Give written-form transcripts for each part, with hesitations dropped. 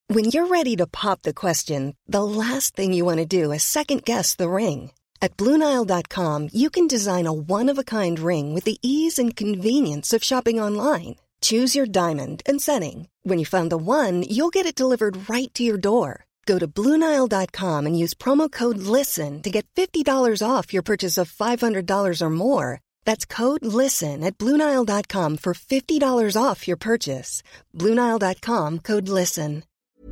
When you're ready to pop the question, the last thing you want to do is second-guess the ring. At BlueNile.com, you can design a one-of-a-kind ring with the ease and convenience of shopping online. Choose your diamond and setting. When you find the one, you'll get it delivered right to your door. Go to BlueNile.com and use promo code LISTEN to get $50 off your purchase of $500 or more. That's code LISTEN at BlueNile.com for $50 off your purchase. BlueNile.com, code LISTEN.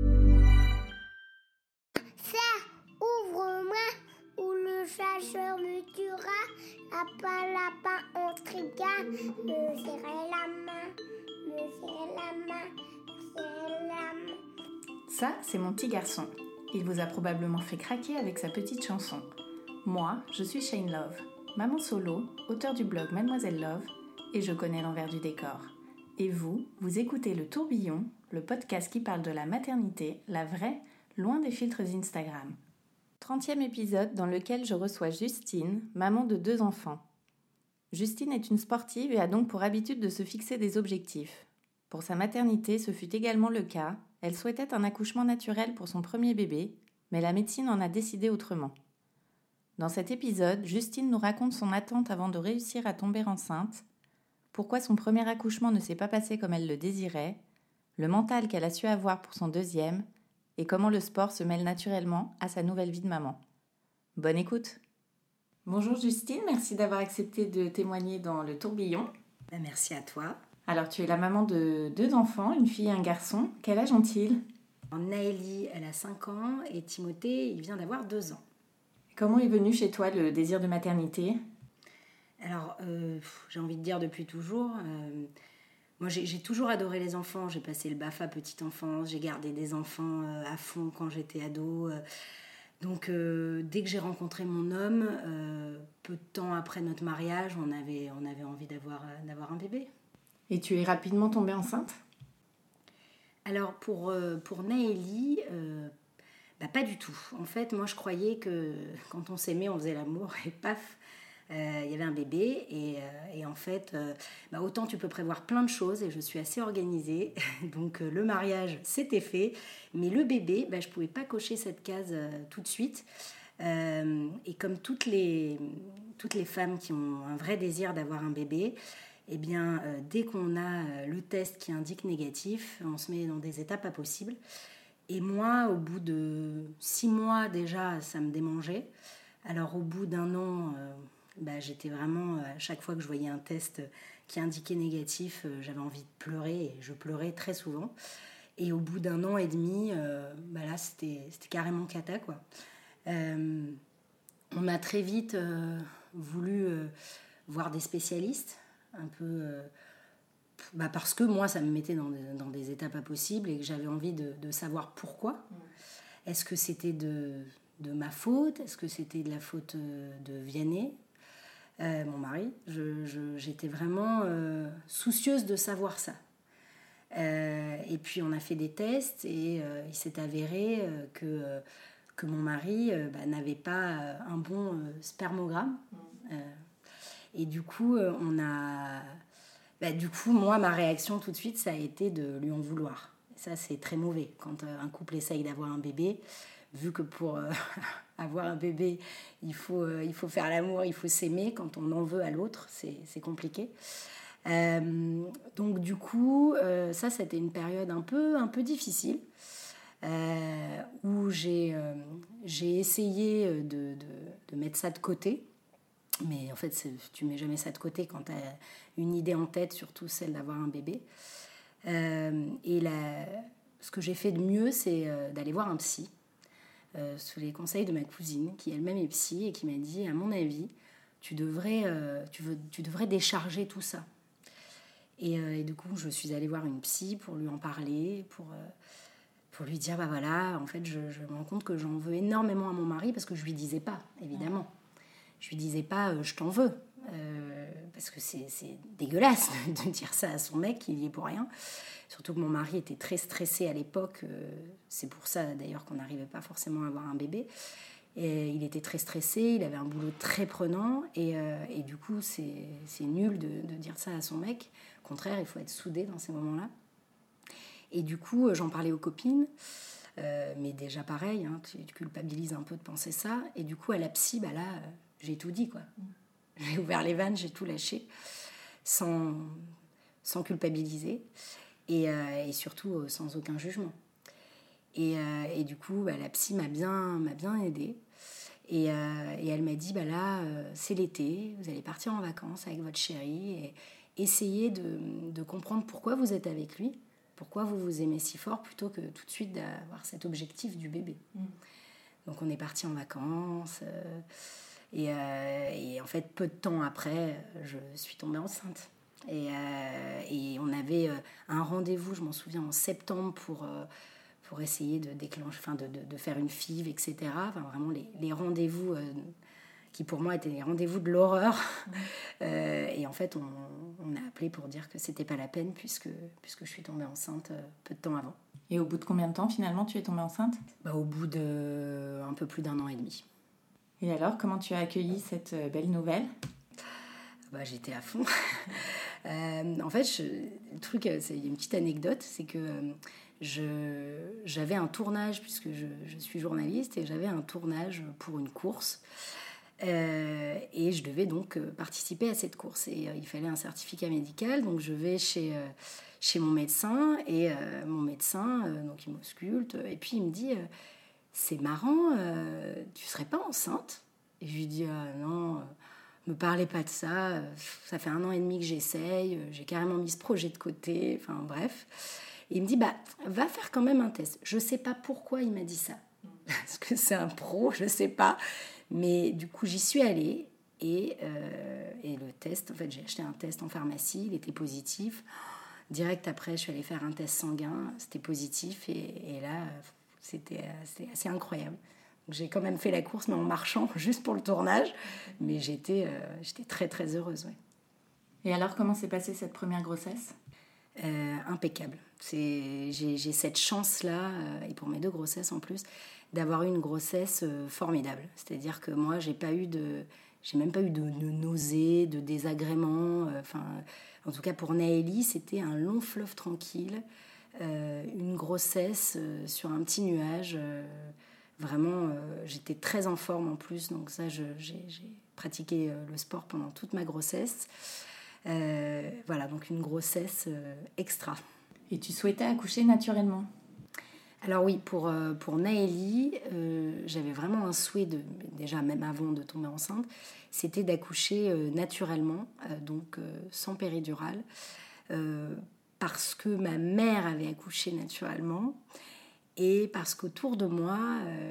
Serre, ouvre-moi, ou le chasseur me tuera. Lapin intrigua, me serrer la main, me serrer la main, me serrer la main. Ça, c'est mon petit garçon. Il vous a probablement fait craquer avec sa petite chanson. Moi, je suis Shane Love, maman solo, auteure du blog Mademoiselle Love, et je connais l'envers du décor. Et vous écoutez Le Tourbillon, le podcast qui parle de la maternité, la vraie, loin des filtres Instagram. 30e épisode dans lequel je reçois Justine, maman de 2 enfants. Justine est une sportive et a donc pour habitude de se fixer des objectifs. Pour sa maternité, ce fut également le cas. Elle souhaitait un accouchement naturel pour son premier bébé, mais la médecine en a décidé autrement. Dans cet épisode, Justine nous raconte son attente avant de réussir à tomber enceinte, pourquoi son premier accouchement ne s'est pas passé comme elle le désirait, le mental qu'elle a su avoir pour son deuxième, et comment le sport se mêle naturellement à sa nouvelle vie de maman. Bonne écoute! Bonjour Justine, merci d'avoir accepté de témoigner dans Le Tourbillon. Merci à toi. Alors tu es la maman de 2 enfants, une fille et un garçon. Quel âge ont-ils? Naëlie, elle a 5 ans et Timothée, il vient d'avoir 2 ans. Comment est venu chez toi le désir de maternité? Alors, j'ai envie de dire depuis toujours... Moi, j'ai toujours adoré les enfants. J'ai passé le BAFA petite enfance. J'ai gardé des enfants à fond quand j'étais ado. Donc, dès que j'ai rencontré mon homme, peu de temps après notre mariage, on avait envie d'avoir un bébé. Et tu es rapidement tombée enceinte? Alors, pour Naëlie, pas du tout. En fait, moi, je croyais que quand on s'aimait, on faisait l'amour et paf, il y avait un bébé et en fait autant tu peux prévoir plein de choses et je suis assez organisée donc le mariage c'était fait mais le bébé je pouvais pas cocher cette case tout de suite et comme toutes les femmes qui ont un vrai désir d'avoir un bébé eh bien dès qu'on a le test qui indique négatif on se met dans des états pas possibles et moi au bout de 6 mois déjà ça me démangeait alors au bout d'1 an j'étais vraiment, à chaque fois que je voyais un test qui indiquait négatif, j'avais envie de pleurer et je pleurais très souvent. Et au bout d'1 an et demi, là, c'était carrément cata, quoi. On a très vite voulu voir des spécialistes, un peu... parce que moi, ça me mettait dans des états pas possibles et que j'avais envie de savoir pourquoi. Est-ce que c'était de ma faute? Est-ce que c'était de la faute de Vianney? Mon mari, j'étais vraiment soucieuse de savoir ça. Et puis on a fait des tests et il s'est avéré que mon mari n'avait pas un bon spermogramme. Et du coup, moi, ma réaction tout de suite, ça a été de lui en vouloir. Et ça, c'est très mauvais quand un couple essaye d'avoir un bébé. Vu que pour avoir un bébé, il faut faire l'amour, il faut s'aimer. Quand on en veut à l'autre, c'est compliqué. Donc du coup, ça, c'était une période un peu difficile où j'ai essayé de mettre ça de côté. Mais en fait, tu mets jamais ça de côté quand tu as une idée en tête, surtout celle d'avoir un bébé. Ce que j'ai fait de mieux, c'est d'aller voir un psy. Sous les conseils de ma cousine qui elle-même est psy et qui m'a dit à mon avis tu devrais décharger tout ça et du coup je suis allée voir une psy pour lui en parler pour lui dire en fait je me rends compte que j'en veux énormément à mon mari parce que je lui disais pas évidemment je lui disais pas je t'en veux parce que c'est dégueulasse de dire ça à son mec, il y est pour rien. Surtout que mon mari était très stressé à l'époque, c'est pour ça d'ailleurs qu'on n'arrivait pas forcément à avoir un bébé. Et il était très stressé, il avait un boulot très prenant, et du coup c'est nul de dire ça à son mec. Au contraire, il faut être soudé dans ces moments-là. Et du coup, j'en parlais aux copines. Mais déjà pareil, hein, tu culpabilises un peu de penser ça. Et du coup, à la psy, là, j'ai tout dit, quoi. J'ai ouvert les vannes, j'ai tout lâché, sans culpabiliser. Et surtout, sans aucun jugement. Et du coup, la psy m'a bien aidée. Et elle m'a dit, là, c'est l'été, vous allez partir en vacances avec votre chéri et essayez de comprendre pourquoi vous êtes avec lui, pourquoi vous vous aimez si fort, plutôt que tout de suite d'avoir cet objectif du bébé. Donc on est parti en vacances et en fait, peu de temps après, je suis tombée enceinte. Et on avait un rendez-vous, je m'en souviens, en septembre pour essayer de déclencher, de faire une FIV, etc. Enfin, vraiment les rendez-vous qui pour moi étaient les rendez-vous de l'horreur. Et en fait, on a appelé pour dire que c'était pas la peine puisque je suis tombée enceinte peu de temps avant. Et au bout de combien de temps finalement tu es tombée enceinte ? Au bout de un peu plus d'1 an et demi. Et alors, comment tu as accueilli cette belle nouvelle ? J'étais à fond. En fait, le truc, il y a une petite anecdote, c'est que j'avais un tournage, puisque je suis journaliste, et j'avais un tournage pour une course. Et je devais donc participer à cette course. Et il fallait un certificat médical, donc je vais chez mon médecin, et mon médecin, donc il m'ausculte, et puis il me dit c'est marrant, tu serais pas enceinte ? Et je lui dis non, me parlez pas de ça, ça fait 1 an et demi que j'essaye, j'ai carrément mis ce projet de côté, enfin bref. Et il me dit va faire quand même un test. Je sais pas pourquoi il m'a dit ça, parce que c'est un pro, je sais pas, mais du coup j'y suis allée. Et le test, en fait, j'ai acheté un test en pharmacie, il était positif. Direct après, je suis allée faire un test sanguin, c'était positif, et là, c'était assez incroyable. Donc, j'ai quand même fait la course, mais en marchant, juste pour le tournage. Mais j'étais très, très heureuse, ouais. Et alors, comment s'est passée cette première grossesse ? Impeccable. J'ai cette chance-là, et pour mes 2 grossesses en plus, d'avoir eu une grossesse formidable. C'est-à-dire que moi, j'ai même pas eu de nausées, de désagréments. En tout cas, pour Naëlie, c'était un long fleuve tranquille, une grossesse sur un petit nuage. Vraiment, j'étais très en forme en plus, donc ça, j'ai pratiqué le sport pendant toute ma grossesse. Voilà, donc une grossesse extra. Et tu souhaitais accoucher naturellement ? Alors oui, pour Naëlie, j'avais vraiment un souhait, déjà même avant de tomber enceinte, c'était d'accoucher naturellement, donc sans péridurale, parce que ma mère avait accouché naturellement et parce qu'autour de moi,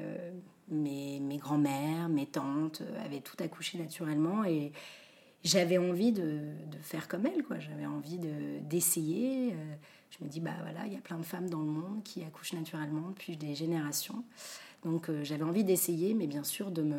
mes grands-mères, mes tantes avaient tout accouché naturellement et j'avais envie de faire comme elles, quoi. J'avais envie d'essayer. Je me dis, voilà, il y a plein de femmes dans le monde qui accouchent naturellement depuis des générations. Donc j'avais envie d'essayer, mais bien sûr de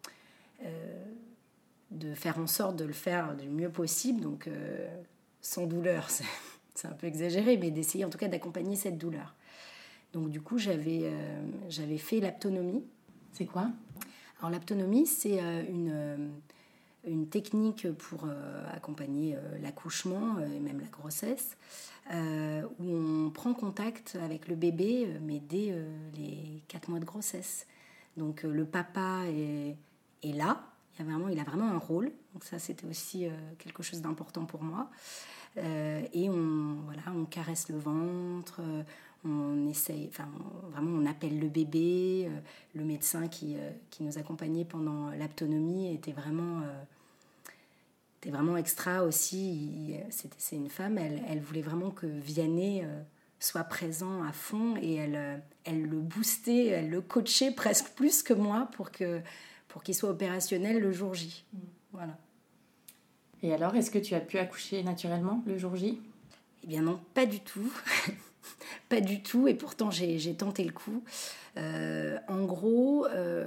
faire en sorte de le faire du mieux possible, donc sans douleur, c'est un peu exagéré, mais d'essayer en tout cas d'accompagner cette douleur. Donc du coup, j'avais fait l'aptonomie. C'est quoi ? Alors l'aptonomie, c'est une technique pour accompagner l'accouchement et même la grossesse, où on prend contact avec le bébé, mais dès les 4 mois de grossesse. Donc le papa est là, il a vraiment un rôle. Donc ça, c'était aussi quelque chose d'important pour moi. Et on caresse le ventre, on essaye, vraiment on appelle le bébé. Le médecin qui nous accompagnait pendant l'aptonomie était vraiment extra aussi. C'est une femme, elle voulait vraiment que Vianney soit présent à fond et elle le boostait, elle le coachait presque plus que moi pour qu'il soit opérationnel le jour J. Voilà. Et alors, est-ce que tu as pu accoucher naturellement le jour J ? Eh bien non, pas du tout. Pas du tout, et pourtant j'ai tenté le coup. En gros,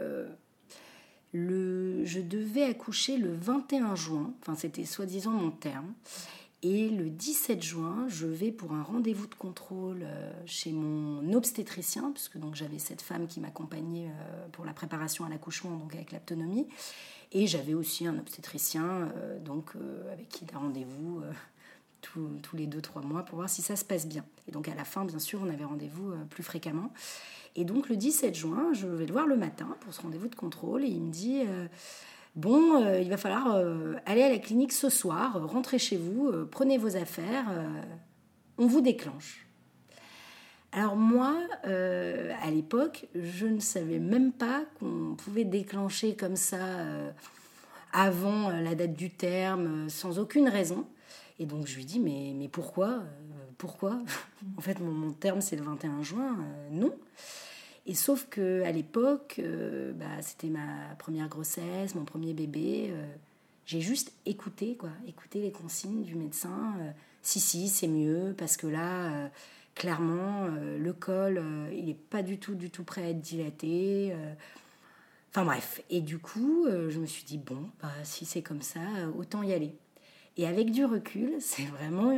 je devais accoucher le 21 juin, c'était soi-disant mon terme, et le 17 juin, je vais pour un rendez-vous de contrôle chez mon obstétricien, puisque donc j'avais cette femme qui m'accompagnait pour la préparation à l'accouchement, donc avec l'aptonomie, et j'avais aussi un obstétricien avec qui il a rendez-vous tous les 2-3 mois pour voir si ça se passe bien. Et donc à la fin, bien sûr, on avait rendez-vous plus fréquemment. Et donc le 17 juin, je vais le voir le matin pour ce rendez-vous de contrôle et il me dit il va falloir aller à la clinique ce soir, rentrez chez vous, prenez vos affaires, on vous déclenche. Alors moi, à l'époque, je ne savais même pas qu'on pouvait déclencher comme ça avant la date du terme, sans aucune raison. Et donc je lui dis mais pourquoi pourquoi En fait, mon terme c'est le 21 juin, non. Et sauf qu'à l'époque, c'était ma première grossesse, mon premier bébé. J'ai juste écouté les consignes du médecin. Si, c'est mieux, parce que là, clairement, le col, il n'est pas du tout prêt à être dilaté. Enfin bref. Et du coup, je me suis dit, si c'est comme ça, autant y aller. Et avec du recul, c'est vraiment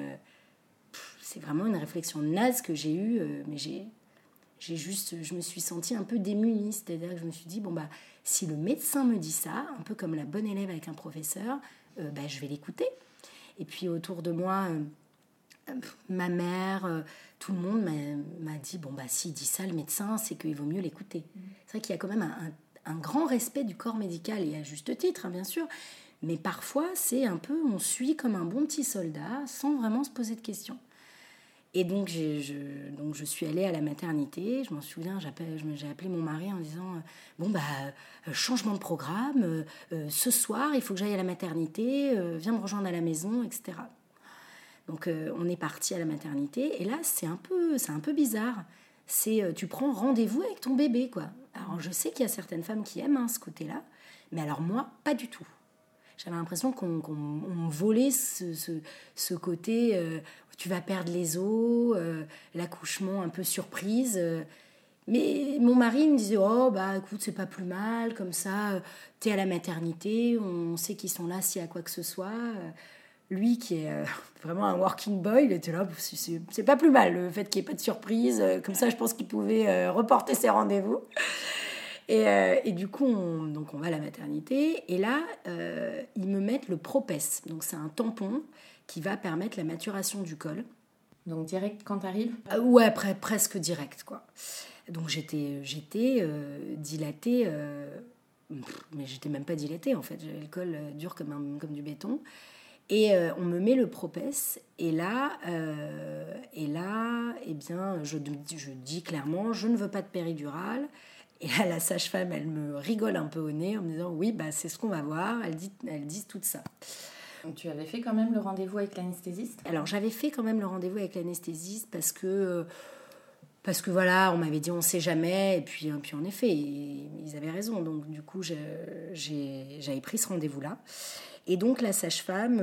une réflexion naze que j'ai eue, mais je me suis sentie un peu démunie, c'est-à-dire que je me suis dit, si le médecin me dit ça, un peu comme la bonne élève avec un professeur, je vais l'écouter. Et puis autour de moi, ma mère, tout le monde m'a dit, s'il dit ça, le médecin, c'est qu'il vaut mieux l'écouter. C'est vrai qu'il y a quand même un grand respect du corps médical, et à juste titre, bien sûr, mais parfois, c'est un peu, on suit comme un bon petit soldat, sans vraiment se poser de questions. Et donc, je suis allée à la maternité. Je m'en souviens, j'ai appelé mon mari en disant changement de programme, ce soir, il faut que j'aille à la maternité, viens me rejoindre à la maison, etc. Donc, on est parti à la maternité. Et là, c'est un peu bizarre. Tu prends rendez-vous avec ton bébé, quoi. Alors, je sais qu'il y a certaines femmes qui aiment ce côté-là, mais alors moi, pas du tout. J'avais l'impression qu'on me volait ce côté tu vas perdre les os, l'accouchement un peu surprise. Mais mon mari me disait écoute, c'est pas plus mal, comme ça, t'es à la maternité, on sait qu'ils sont là s'il y a quoi que ce soit. Lui, qui est vraiment un working boy, il était là, c'est pas plus mal le fait qu'il n'y ait pas de surprise. Comme ça, je pense qu'il pouvait reporter ses rendez-vous. Et du coup, on va à la maternité. Et là, ils me mettent le Propes. Donc, c'est un tampon qui va permettre la maturation du col. Donc, direct quand t'arrives ? Ouais, presque direct, quoi. Donc, j'étais dilatée. Mais j'étais même pas dilatée, en fait. J'avais le col dur comme du béton. Et on me met le Propes. Et là, eh bien, je dis clairement, je ne veux pas de péridurale. Et là, la sage-femme, elle me rigole un peu au nez en me disant « Oui, c'est ce qu'on va voir. » Elle dit tout ça. Donc, tu avais fait quand même le rendez-vous avec l'anesthésiste ? Alors, j'avais fait quand même le rendez-vous avec l'anesthésiste parce que voilà, on m'avait dit « On ne sait jamais. » Et puis en effet, ils avaient raison. Donc, du coup, j'avais pris ce rendez-vous-là. Et donc, la sage-femme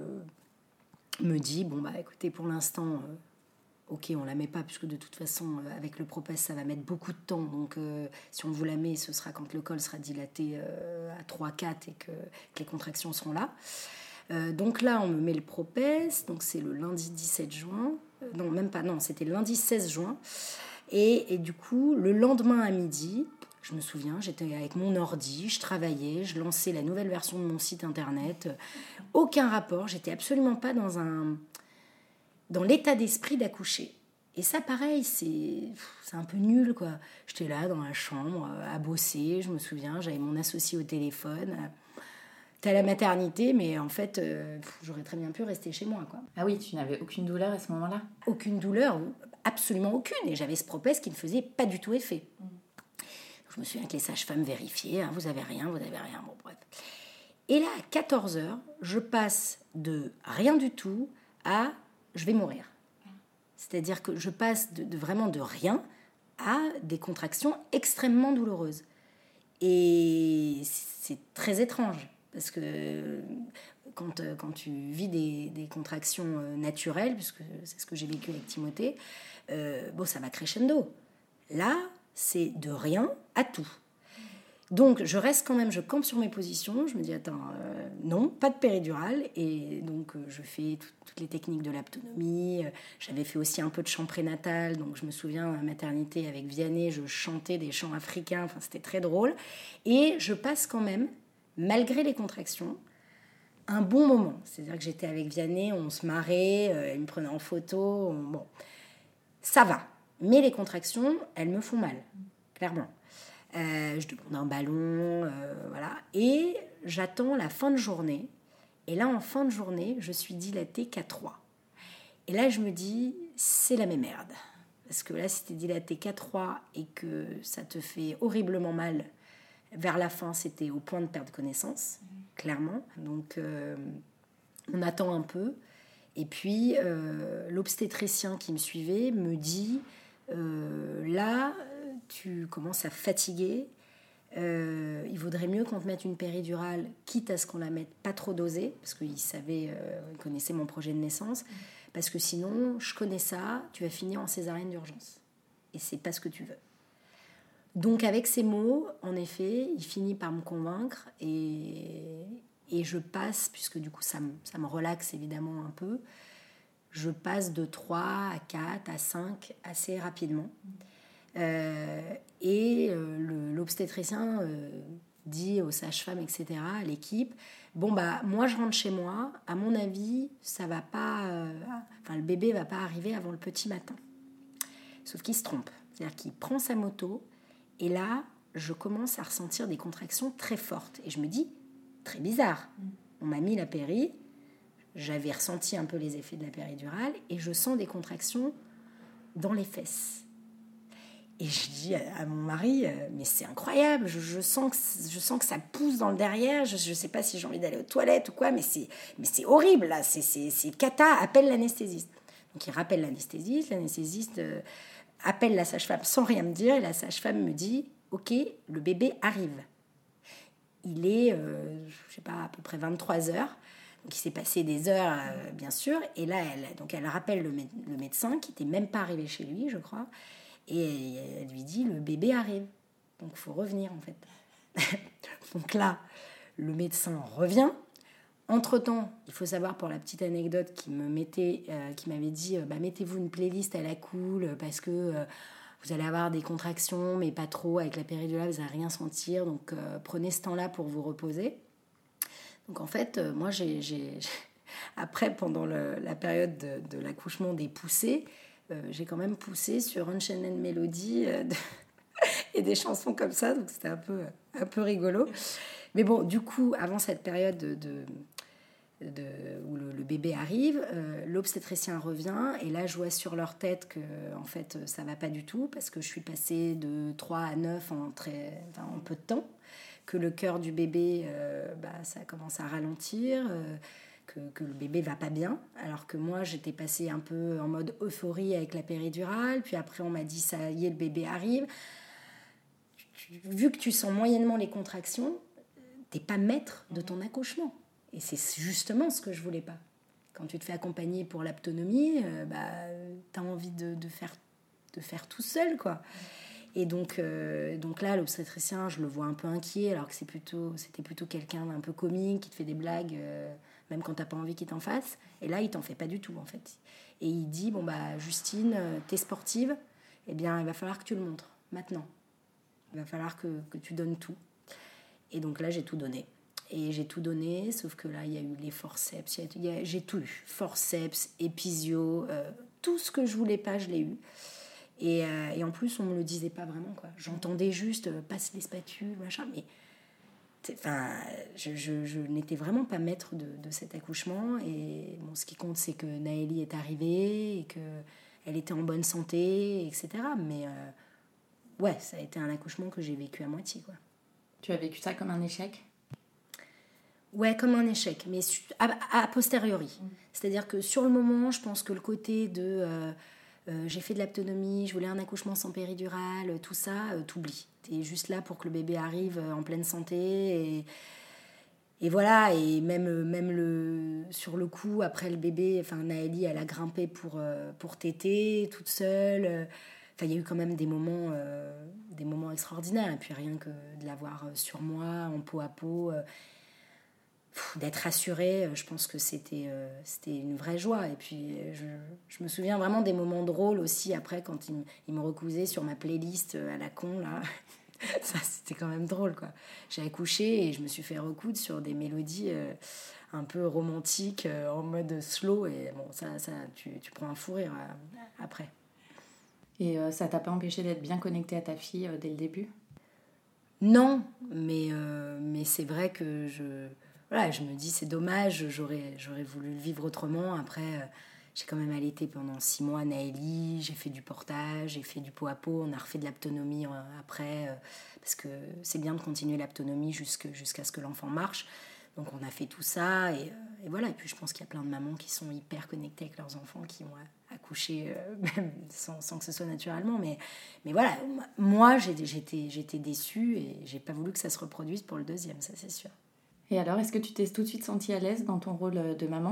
me dit « écoutez, pour l'instant... Ok, on ne la met pas, puisque de toute façon, avec le Propes, ça va mettre beaucoup de temps. Donc, si on vous la met, ce sera quand le col sera dilaté à 3-4 et que les contractions seront là. Donc là, on me met le Propes. Donc, c'est le lundi 17 juin. Non, même pas. Non, c'était le lundi 16 juin. Et du coup, le lendemain à midi, je me souviens, j'étais avec mon ordi, je travaillais, je lançais la nouvelle version de mon site internet. Aucun rapport. J'étais absolument pas dans l'état d'esprit d'accoucher. Et ça, pareil, c'est un peu nul, quoi. J'étais là, dans la chambre, à bosser, je me souviens, j'avais mon associé au téléphone. T'es à la maternité, mais en fait, j'aurais très bien pu rester chez moi, quoi. Ah oui, tu n'avais aucune douleur à ce moment-là ? Aucune douleur, absolument aucune. Et j'avais ce Propes qui ne faisait pas du tout effet. Je me souviens que les sages-femmes vérifiaient, vous avez rien, bon, bref. Et là, à 14h, je passe de rien du tout à... je vais mourir. C'est-à-dire que je passe vraiment de rien à des contractions extrêmement douloureuses. Et c'est très étrange, parce que quand tu vis des contractions naturelles, puisque c'est ce que j'ai vécu avec Timothée, ça va crescendo. Là, c'est de rien à tout. Donc, je reste quand même, je campe sur mes positions, je me dis, non, pas de péridurale, et donc je fais toutes les techniques de l'aptonomie, j'avais fait aussi un peu de chant prénatal, donc je me souviens, à la maternité avec Vianney, je chantais des chants africains, c'était très drôle, et je passe quand même, malgré les contractions, un bon moment. C'est-à-dire que j'étais avec Vianney, on se marrait, elle me prenait en photo. Bon, ça va. Mais les contractions, elles me font mal, clairement. Je demande un ballon, voilà. Et j'attends la fin de journée. Et là, en fin de journée, je suis dilatée qu'à 3. Et là, je me dis, c'est la même merde. Parce que là, si t'es dilatée qu'à 3 et que ça te fait horriblement mal, vers la fin, c'était au point de perdre connaissance, clairement. Donc, on attend un peu. Et puis, l'obstétricien qui me suivait me dit, là, tu commences à fatiguer. Il vaudrait mieux qu'on te mette une péridurale, quitte à ce qu'on la mette pas trop dosée, parce qu'il savait, il connaissait mon projet de naissance, parce que sinon, je connais ça, tu vas finir en césarienne d'urgence. Et c'est pas ce que tu veux. Donc avec ces mots, en effet, il finit par me convaincre et je passe, puisque du coup ça me relaxe évidemment un peu, je passe de 3 à 4 à 5 assez rapidement. L'obstétricien dit aux sages-femmes, etc., à l'équipe, bon bah moi je rentre chez moi, à mon avis ça va pas, le bébé va pas arriver avant le petit matin. Sauf qu'il se trompe, c'est-à-dire qu'il prend sa moto et là je commence à ressentir des contractions très fortes et je me dis très bizarre. On m'a mis la péri, j'avais ressenti un peu les effets de la péridurale et je sens des contractions dans les fesses. Et je dis à mon mari, mais c'est incroyable, je sens que ça pousse dans le derrière, je ne sais pas si j'ai envie d'aller aux toilettes ou quoi, mais c'est horrible, là, c'est cata, appelle l'anesthésiste. Donc il rappelle l'anesthésiste appelle la sage-femme sans rien me dire, et la sage-femme me dit, ok, le bébé arrive. Il est, je sais pas, à peu près 23 heures, donc il s'est passé des heures, bien sûr, et là, elle rappelle le médecin, qui n'était même pas arrivé chez lui, je crois, et elle lui dit, le bébé arrive. Donc, il faut revenir, en fait. Donc là, le médecin revient. Entre-temps, il faut savoir, pour la petite anecdote, qui m'avait dit, mettez-vous une playlist à la cool, parce que vous allez avoir des contractions, mais pas trop. Avec la péridurale, vous n'allez rien sentir. Donc, prenez ce temps-là pour vous reposer. Donc, en fait, moi, après, pendant la période de l'accouchement des poussées, j'ai quand même poussé sur Unchained Melody et des chansons comme ça, donc c'était un peu rigolo. Mais bon, du coup, avant cette période où le bébé arrive, l'obstétricien revient et là, je vois sur leur tête que en fait, ça va pas du tout parce que je suis passée de 3 à 9 en peu de temps, que le cœur du bébé, ça commence à ralentir. Que le bébé va pas bien, alors que moi j'étais passée un peu en mode euphorie avec la péridurale, puis après on m'a dit ça y est, le bébé arrive. Vu que tu sens moyennement les contractions, t'es pas maître de ton accouchement, et c'est justement ce que je voulais pas. Quand tu te fais accompagner pour l'aptonomie, t'as envie de faire tout seul, quoi. Et donc là, l'obstétricien, je le vois un peu inquiet, alors que c'était plutôt quelqu'un d'un peu comique, qui te fait des blagues, même quand t'as pas envie qu'il t'en fasse. Et là, il t'en fait pas du tout, en fait. Et il dit, Justine, t'es sportive, eh bien, il va falloir que tu le montres, maintenant. Il va falloir que tu donnes tout. Et donc là, j'ai tout donné. Et j'ai tout donné, sauf que là, il y a eu les forceps, j'ai tout eu. Forceps, épisio, tout ce que je voulais pas, je l'ai eu. Et en plus, on me le disait pas vraiment, quoi. J'entendais juste, passe les spatules, machin, mais... je n'étais vraiment pas maître de cet accouchement. Et bon, ce qui compte, c'est que Naëlie est arrivée et qu'elle était en bonne santé, etc. Mais ouais, ça a été un accouchement que j'ai vécu à moitié, quoi. Tu as vécu ça comme un échec ? Ouais, comme un échec, mais a posteriori. C'est-à-dire que sur le moment, je pense que le côté de... j'ai fait de l'aptonomie, je voulais un accouchement sans péridurale, tout ça, t'oublies. T'es juste là pour que le bébé arrive en pleine santé. Et voilà, et même sur le coup, après le bébé, Naëlie, elle a grimpé pour téter, toute seule. Il y a eu quand même des moments extraordinaires. Et puis rien que de l'avoir sur moi, en peau à peau... d'être rassurée, je pense que c'était une vraie joie. Et puis je me souviens vraiment des moments drôles aussi après, quand il me recousait sur ma playlist à la con là. Ça, c'était quand même drôle, quoi. J'ai accouché et je me suis fait recoudre sur des mélodies un peu romantiques, en mode slow. Et bon, ça tu prends un fou rire après. Et ça t'a pas empêché d'être bien connectée à ta fille dès le début ? Non, mais c'est vrai que je me dis c'est dommage, j'aurais voulu le vivre autrement. Après, j'ai quand même allaité pendant 6 mois Naëlie, j'ai fait du portage, j'ai fait du pot à pot, on a refait de l'aptonomie après, parce que c'est bien de continuer l'aptonomie jusqu'à ce que l'enfant marche. Donc on a fait tout ça, et voilà. Et puis je pense qu'il y a plein de mamans qui sont hyper connectées avec leurs enfants, qui ont accouché même sans que ce soit naturellement. Mais voilà, moi j'étais déçue et j'ai pas voulu que ça se reproduise pour le deuxième, ça c'est sûr. Et alors, est-ce que tu t'es tout de suite sentie à l'aise dans ton rôle de maman ?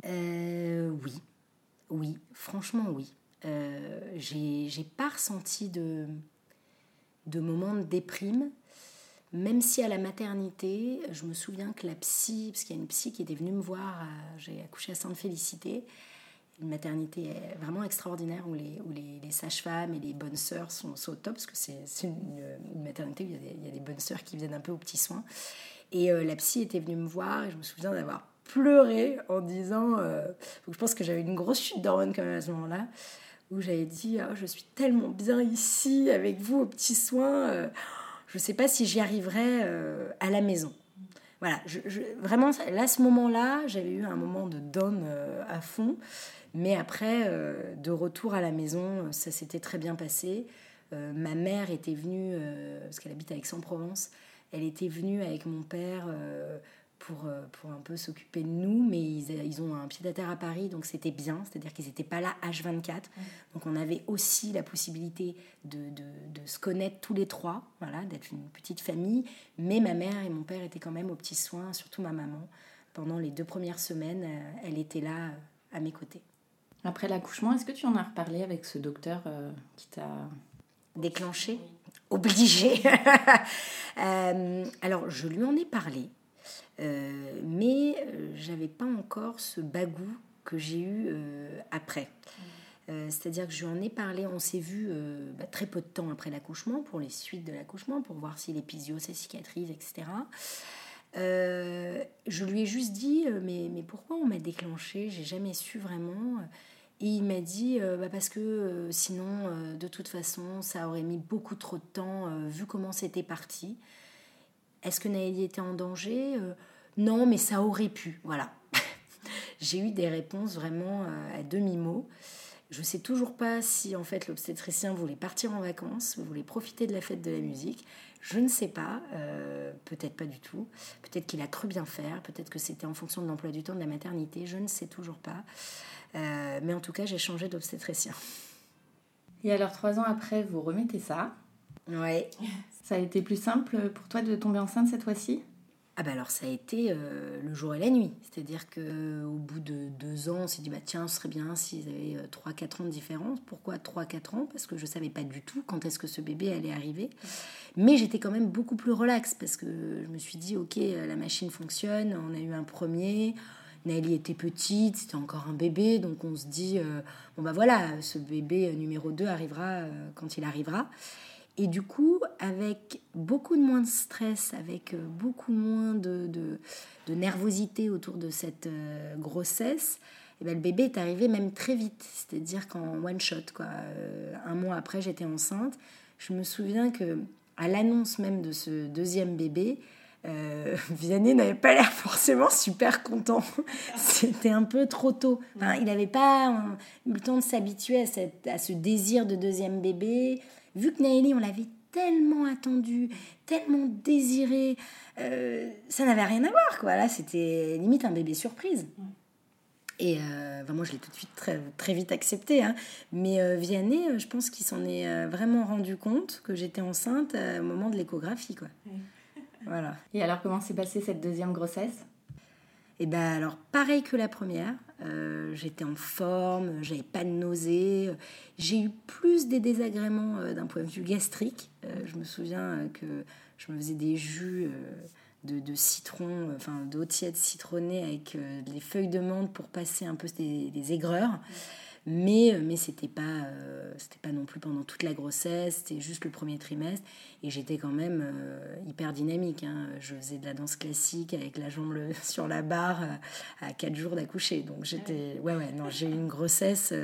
Oui, franchement oui. J'ai pas ressenti de moments de déprime. Même si à la maternité, je me souviens que la psy, parce qu'il y a une psy qui était venue me voir, j'ai accouché à Sainte-Félicité, une maternité vraiment extraordinaire où les sages-femmes et les bonnes sœurs sont au top, parce que c'est une maternité où il y a des bonnes sœurs qui viennent un peu aux petits soins. Et la psy était venue me voir et je me souviens d'avoir pleuré en disant... je pense que j'avais une grosse chute d'hormones quand même à ce moment-là, où j'avais dit « je suis tellement bien ici avec vous aux petits soins je ne sais pas si j'y arriverai à la maison. » Voilà, vraiment, là, à ce moment-là, j'avais eu un moment de down à fond. Mais après, de retour à la maison, ça s'était très bien passé. Ma mère était venue, parce qu'elle habite à Aix-en-Provence, elle était venue avec mon père pour un peu s'occuper de nous, mais ils ont un pied-à-terre à Paris, donc c'était bien, c'est-à-dire qu'ils n'étaient pas là H24. Donc on avait aussi la possibilité de se connaître tous les trois, voilà, d'être une petite famille, mais ma mère et mon père étaient quand même aux petits soins, surtout ma maman. Pendant les 2 premières semaines, elle était là à mes côtés. Après l'accouchement, est-ce que tu en as reparlé avec ce docteur qui t'a... Déclenché ? Obligé. Alors, je lui en ai parlé, mais j'avais pas encore ce bagou que j'ai eu après. C'est-à-dire que je lui en ai parlé, on s'est vu très peu de temps après l'accouchement, pour les suites de l'accouchement, pour voir si l'épisio, ça cicatrise, etc. Je lui ai juste dit mais pourquoi on m'a déclenché ? J'ai jamais su vraiment. Et il m'a dit parce que sinon de toute façon ça aurait mis beaucoup trop de temps vu comment c'était parti. Est-ce que Naëlie était en danger ? Non, mais ça aurait pu. Voilà. J'ai eu des réponses vraiment à demi-mot. Je ne sais toujours pas si en fait l'obstétricien voulait partir en vacances, voulait profiter de la fête de la musique. Je ne sais pas, peut-être pas du tout. Peut-être qu'il a cru bien faire, peut-être que c'était en fonction de l'emploi du temps de la maternité, je ne sais toujours pas. Mais en tout cas, j'ai changé d'obstétricien. Et alors 3 ans après, vous remettez ça. Ouais. Ça a été plus simple pour toi de tomber enceinte cette fois-ci ? Ah bah alors ça a été le jour et la nuit. C'est-à-dire qu'au bout de 2 ans, on s'est dit tiens, ce serait bien s'ils avaient 3-4 ans de différence. Pourquoi 3-4 ans ? Parce que je ne savais pas du tout quand est-ce que ce bébé allait arriver. Mais j'étais quand même beaucoup plus relaxe parce que je me suis dit ok, la machine fonctionne, on a eu un premier, Naëlie était petite, c'était encore un bébé, donc on se dit voilà, ce bébé numéro 2 arrivera quand il arrivera. Et du coup, avec beaucoup de moins de stress, avec beaucoup moins de nervosité autour de cette grossesse, et le bébé est arrivé même très vite. C'est-à-dire qu'en one shot, quoi. 1 mois après, j'étais enceinte. Je me souviens qu'à l'annonce même de ce deuxième bébé, Vianney n'avait pas l'air forcément super content. C'était un peu trop tôt. Enfin, il n'avait pas eu le temps de s'habituer à ce désir de deuxième bébé. Vu que Naëlie, on l'avait tellement attendue, tellement désirée, ça n'avait rien à voir, quoi. Là, c'était limite un bébé surprise. Et moi, je l'ai tout de suite très, très vite accepté. Hein. Mais Vianney, je pense qu'il s'en est vraiment rendu compte que j'étais enceinte au moment de l'échographie, quoi. Voilà. Et alors, comment s'est passée cette deuxième grossesse ? Et alors, pareil que la première, j'étais en forme, j'avais pas de nausées, j'ai eu plus des désagréments d'un point de vue gastrique. Je me souviens que je me faisais des jus de citron, d'eau tiède citronnée avec des feuilles de menthe pour passer un peu des aigreurs. Mais c'était pas non plus pendant toute la grossesse, c'était juste le premier trimestre. Et j'étais quand même hyper dynamique. Hein. Je faisais de la danse classique avec la jambe sur la barre à 4 jours d'accoucher. Donc j'étais... non, j'ai eu une grossesse...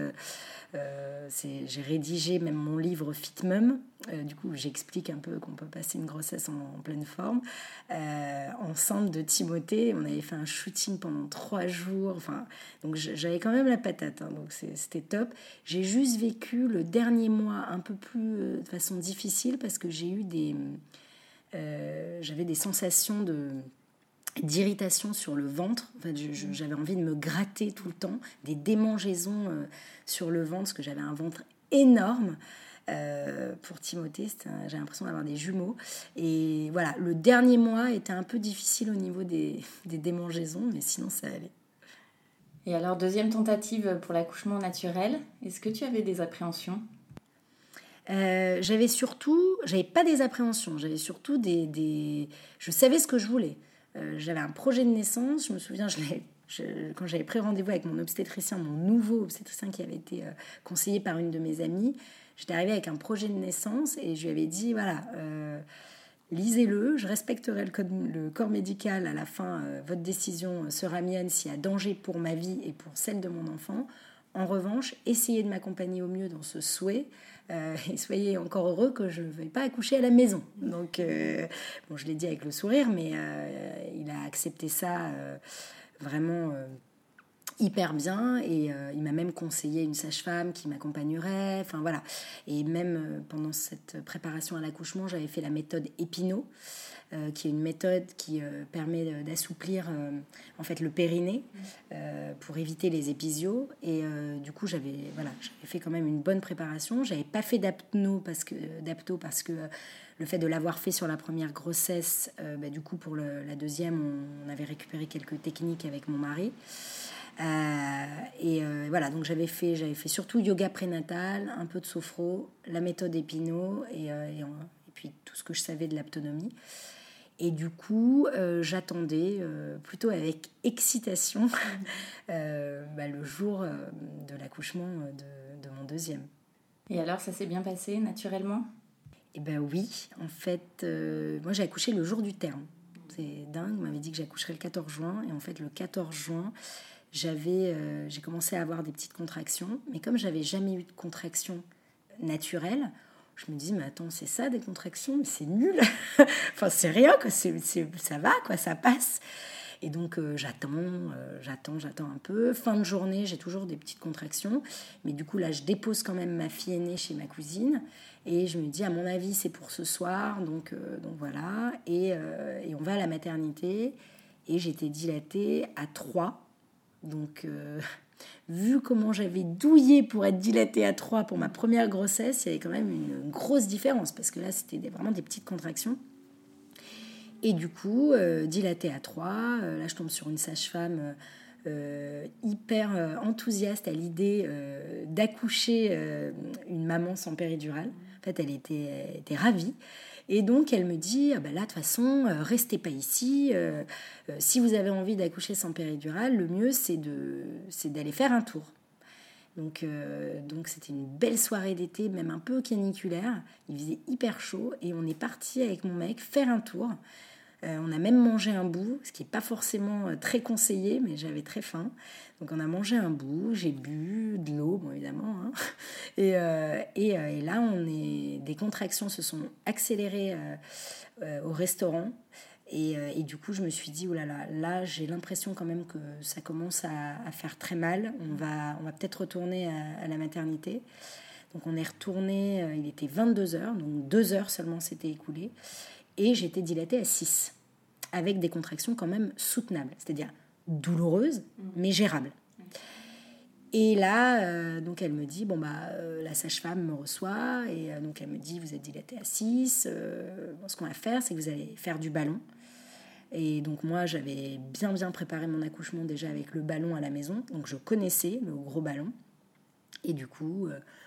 j'ai rédigé même mon livre Fit Mum. Du coup, j'explique un peu qu'on peut passer une grossesse en pleine forme. Enceinte de Timothée, on avait fait un shooting pendant 3 jours. Enfin, donc j'avais quand même la patate. Hein, donc c'était top. J'ai juste vécu le dernier mois un peu plus de façon difficile parce que j'ai eu j'avais des sensations d'irritation sur le ventre. En fait, j'avais envie de me gratter tout le temps, des démangeaisons sur le ventre parce que j'avais un ventre énorme. Pour Timothée, j'ai l'impression d'avoir des jumeaux. Et voilà, le dernier mois était un peu difficile au niveau des démangeaisons, mais sinon ça allait. Et alors, deuxième tentative pour l'accouchement naturel, est-ce que tu avais des appréhensions ? J'avais pas des appréhensions, j'avais surtout je savais ce que je voulais. J'avais un projet de naissance, je me souviens, quand j'avais pris rendez-vous avec mon obstétricien, mon nouveau obstétricien qui avait été conseillé par une de mes amies, j'étais arrivée avec un projet de naissance et je lui avais dit, voilà, lisez-le, je respecterai le corps médical à la fin, votre décision sera mienne s'il y a danger pour ma vie et pour celle de mon enfant. En revanche, essayez de m'accompagner au mieux dans ce souhait et soyez encore heureux que je ne veuille pas accoucher à la maison. Donc, je l'ai dit avec le sourire, mais il a accepté ça vraiment hyper bien et il m'a même conseillé une sage-femme qui m'accompagnerait. Enfin, voilà. Et même pendant cette préparation à l'accouchement, j'avais fait la méthode Epinot, qui est une méthode qui permet d'assouplir en fait le périnée pour éviter les épisios. Et du coup, j'avais fait quand même une bonne préparation. J'avais pas fait d'apto parce que le fait de l'avoir fait sur la première grossesse, du coup pour la deuxième, on avait récupéré quelques techniques avec mon mari. Voilà, donc j'avais fait surtout yoga prénatal, un peu de sophro, la méthode Epinot et puis tout ce que je savais de l'aptonomie. Et du coup, j'attendais plutôt avec excitation le jour de l'accouchement de mon deuxième. Et alors, ça s'est bien passé naturellement ? Eh ben oui, en fait, moi j'ai accouché le jour du terme. C'est dingue, on m'avait dit que j'accoucherais le 14 juin. Et en fait, le 14 juin, j'ai commencé à avoir des petites contractions. Mais comme j'avais jamais eu de contractions naturelles, je me dis, mais attends, c'est ça des contractions, mais c'est nul. Enfin, c'est rien, quoi. Ça va, quoi, ça passe. Et donc, j'attends un peu. Fin de journée, j'ai toujours des petites contractions. Mais du coup, là, je dépose quand même ma fille aînée chez ma cousine. Et je me dis, à mon avis, c'est pour ce soir. Donc voilà. Et on va à la maternité. Et j'étais dilatée à 3. Donc... vu comment j'avais douillé pour être dilatée à 3 pour ma première grossesse, il y avait quand même une grosse différence parce que là, c'était vraiment des petites contractions. Et du coup, dilatée à 3, là, je tombe sur une sage-femme hyper enthousiaste à l'idée d'accoucher une maman sans péridurale. En fait, elle était ravie. Et donc, elle me dit, là, de toute façon, restez pas ici. Si vous avez envie d'accoucher sans péridurale, le mieux, c'est d'aller faire un tour. Donc, c'était une belle soirée d'été, même un peu caniculaire. Il faisait hyper chaud et on est parti avec mon mec faire un tour. On a même mangé un bout, ce qui n'est pas forcément très conseillé, mais j'avais très faim. Donc on a mangé un bout, j'ai bu de l'eau, bon évidemment. Hein. Et là, des contractions se sont accélérées au restaurant. Et du coup, je me suis dit, là, j'ai l'impression quand même que ça commence à faire très mal. On va peut-être retourner à la maternité. Donc on est retourné, il était 22h, donc 2 heures seulement s'étaient écoulées. Et j'étais dilatée à 6, avec des contractions quand même soutenables, c'est-à-dire douloureuses, mais gérables. Et là, donc elle me dit, la sage-femme me reçoit, et donc elle me dit, vous êtes dilatée à 6, ce qu'on va faire, c'est que vous allez faire du ballon. Et donc moi, j'avais bien préparé mon accouchement déjà avec le ballon à la maison, donc je connaissais le gros ballon. Et du coup,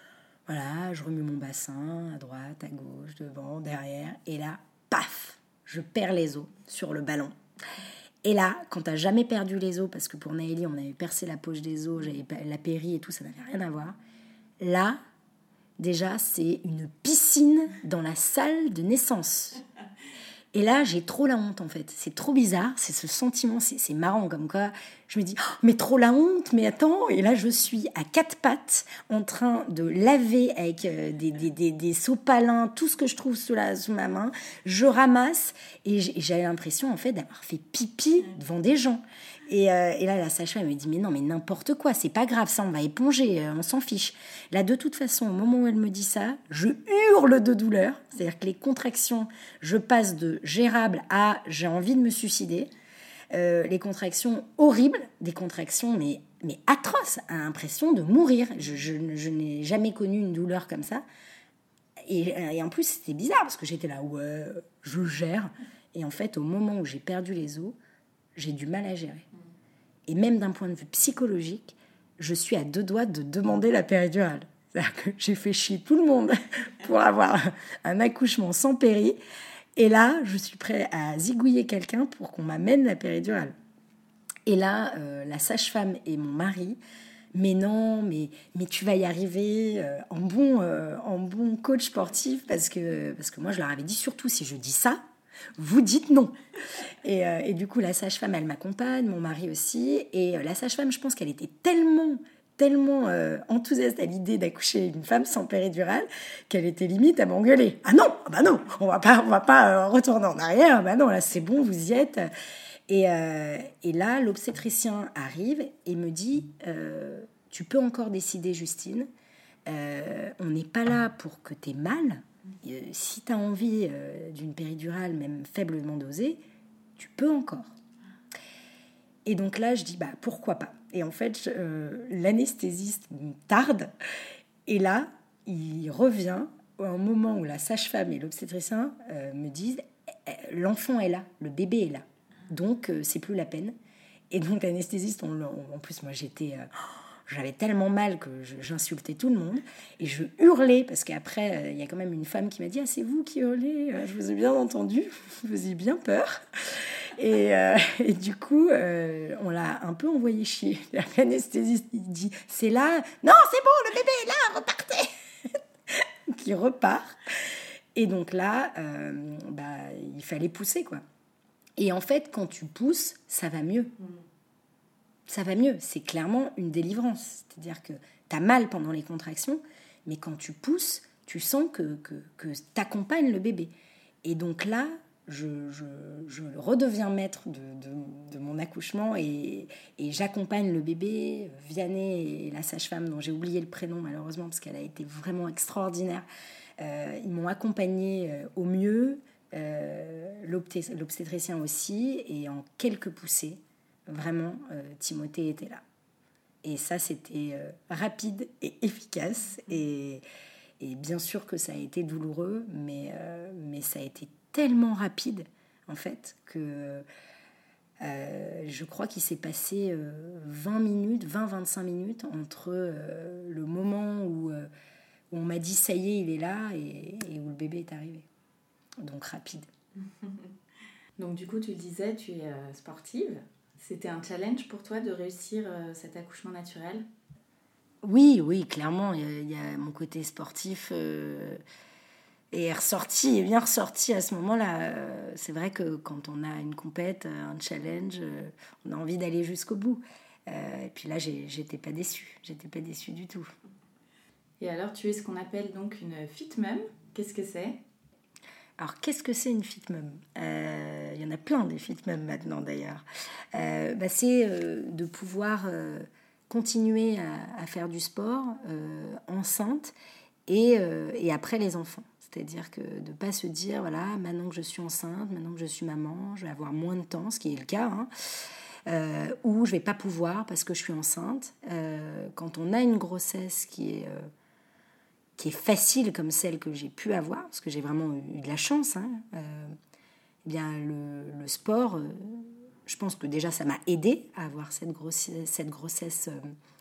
je remue mon bassin à droite, à gauche, devant, derrière, et là, paf, je perds les os sur le ballon. Et là, quand t'as jamais perdu les os, parce que pour Naëlie, on avait percé la poche des os, j'avais la péri et tout, ça n'avait rien à voir. Là, déjà, c'est une piscine dans la salle de naissance. Et là, j'ai trop la honte, en fait. C'est trop bizarre, c'est ce sentiment, c'est marrant, comme quoi je me dis, oh, mais trop la honte, mais attends. Et là, je suis à 4 pattes, en train de laver avec des sopalins, tout ce que je trouve sous ma main. Je ramasse, et j'avais l'impression, en fait, d'avoir fait pipi devant des gens. Et là, la sage-femme me dit, mais non, mais n'importe quoi, c'est pas grave, ça, on va éponger, on s'en fiche. Là, de toute façon, au moment où elle me dit ça, je hurle de douleur. C'est-à-dire que les contractions, je passe de gérable à j'ai envie de me suicider. Les contractions horribles, des contractions mais atroces, à l'impression de mourir. Je n'ai jamais connu une douleur comme ça. Et en plus, c'était bizarre, parce que j'étais là, ouais, je gère. Et en fait, au moment où j'ai perdu les os, j'ai du mal à gérer. Et même d'un point de vue psychologique, je suis à 2 doigts de demander la péridurale. C'est-à-dire que j'ai fait chier tout le monde pour avoir un accouchement sans péri. Et là, je suis prêt à zigouiller quelqu'un pour qu'on m'amène la péridurale. Et là, la sage-femme et mon mari, mais non, mais tu vas y arriver en bon coach sportif, parce que moi, je leur avais dit, surtout si je dis ça, vous dites non. Et du coup, la sage-femme, elle m'accompagne, mon mari aussi. Et la sage-femme, je pense qu'elle était tellement enthousiaste à l'idée d'accoucher une femme sans péridurale qu'elle était limite à m'engueuler. Ah non, bah non, on va pas retourner en arrière. Bah non, là c'est bon, vous y êtes. Et là, l'obstétricien arrive et me dit, tu peux encore décider, Justine. On n'est pas là pour que tu aies mal. Si tu as envie d'une péridurale, même faiblement dosée, tu peux encore. Et donc là, je dis, bah pourquoi pas. Et en fait, l'anesthésiste tarde. Et là, il revient au moment où la sage-femme et l'obstétricien me disent, l'enfant est là, le bébé est là. Donc, c'est plus la peine. Et donc, l'anesthésiste, en plus, moi, j'avais tellement mal que j'insultais tout le monde. Et je hurlais, parce qu'après, il y a quand même une femme qui m'a dit, ah, c'est vous qui hurlez, je vous ai bien entendu, je vous ai bien peur. Et du coup, on l'a un peu envoyé chier. L'anesthésiste, il dit, c'est là. Non, c'est bon, le bébé est là, repartez. Qui repart. Et donc là, il fallait pousser, quoi. Et en fait, quand tu pousses, ça va mieux. Ça va mieux. C'est clairement une délivrance. C'est-à-dire que tu as mal pendant les contractions, mais quand tu pousses, tu sens que t'accompagnes le bébé. Et donc là, je redeviens maître de mon accouchement et j'accompagne le bébé. Vianney et la sage-femme, dont j'ai oublié le prénom malheureusement parce qu'elle a été vraiment extraordinaire, ils m'ont accompagnée au mieux, l'obstétricien aussi, et en quelques poussées, vraiment, Timothée était là. Et ça, c'était rapide et efficace, et bien sûr que ça a été douloureux, mais ça a été tellement rapide, en fait, que je crois qu'il s'est passé 20-25 minutes entre le moment où on m'a dit ça y est, il est là, et où le bébé est arrivé. Donc rapide. Donc du coup, tu le disais, tu es sportive. C'était un challenge pour toi de réussir cet accouchement naturel ? Oui, clairement. Il y a mon côté sportif est bien ressorti à ce moment-là. C'est vrai que quand on a une compète, un challenge, on a envie d'aller jusqu'au bout. Et puis là, j'étais pas déçue. J'étais pas déçue du tout. Et alors, tu es ce qu'on appelle donc une fit mum. Qu'est-ce que c'est ? Alors, qu'est-ce que c'est une fit mum ? Il y en a plein des fit mum maintenant, d'ailleurs. C'est de pouvoir continuer à faire du sport enceinte et après les enfants. C'est-à-dire que de ne pas se dire, voilà, maintenant que je suis enceinte, maintenant que je suis maman, je vais avoir moins de temps, ce qui est le cas, ou je ne vais pas pouvoir parce que je suis enceinte. Quand on a une grossesse qui est facile comme celle que j'ai pu avoir, parce que j'ai vraiment eu de la chance, eh bien le sport, je pense que déjà ça m'a aidée à avoir cette grossesse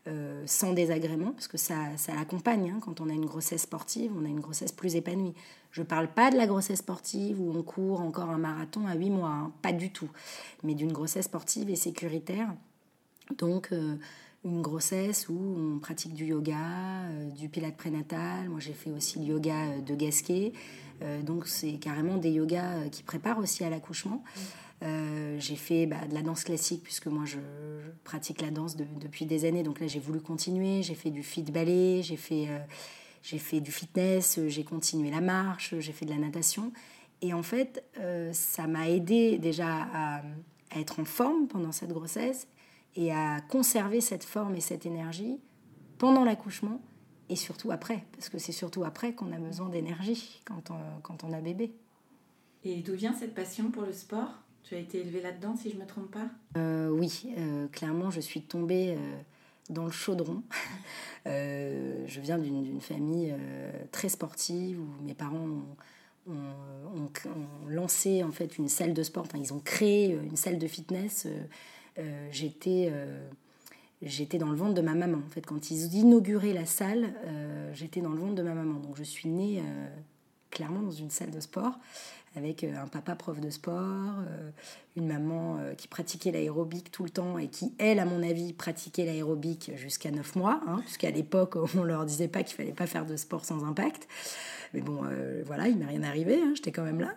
sans désagrément, parce que ça l'accompagne. Hein. Quand on a une grossesse sportive, on a une grossesse plus épanouie. Je ne parle pas de la grossesse sportive où on court encore un marathon à 8 mois, hein, pas du tout, mais d'une grossesse sportive et sécuritaire. Donc, une grossesse où on pratique du yoga, du pilates prénatal. Moi, j'ai fait aussi le yoga de Gasquet. Donc, c'est carrément des yogas qui préparent aussi à l'accouchement. J'ai fait de la danse classique, puisque moi, je pratique la danse depuis des années. Donc là, j'ai voulu continuer. J'ai fait du fit ballet, j'ai fait du fitness, j'ai continué la marche, j'ai fait de la natation. Et en fait, ça m'a aidée déjà à être en forme pendant cette grossesse et à conserver cette forme et cette énergie pendant l'accouchement et surtout après, parce que c'est surtout après qu'on a besoin d'énergie quand on a bébé. Et d'où vient cette passion pour le sport ? Tu as été élevée là-dedans, si je ne me trompe pas ? Oui, clairement, je suis tombée dans le chaudron. Je viens d'une famille très sportive où mes parents ont lancé en fait une salle de sport. Enfin, ils ont créé une salle de fitness. J'étais dans le ventre de ma maman. En fait, quand ils inauguraient la salle, j'étais dans le ventre de ma maman. Donc, je suis née clairement dans une salle de sport avec un papa prof de sport, une maman qui pratiquait l'aérobic tout le temps et qui, elle, à mon avis, pratiquait l'aérobic jusqu'à 9 mois, hein, puisqu'à l'époque, on leur disait pas qu'il fallait pas faire de sport sans impact. Mais bon, voilà, il m'est rien arrivé, hein, j'étais quand même là.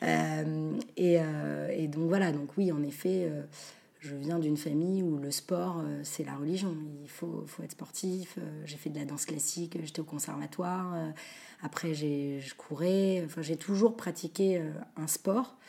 Et donc voilà, donc oui, en effet, je viens d'une famille où le sport, c'est la religion. Il faut être sportif. J'ai fait de la danse classique, j'étais au conservatoire. Après, je courais. Enfin, j'ai toujours pratiqué un sport.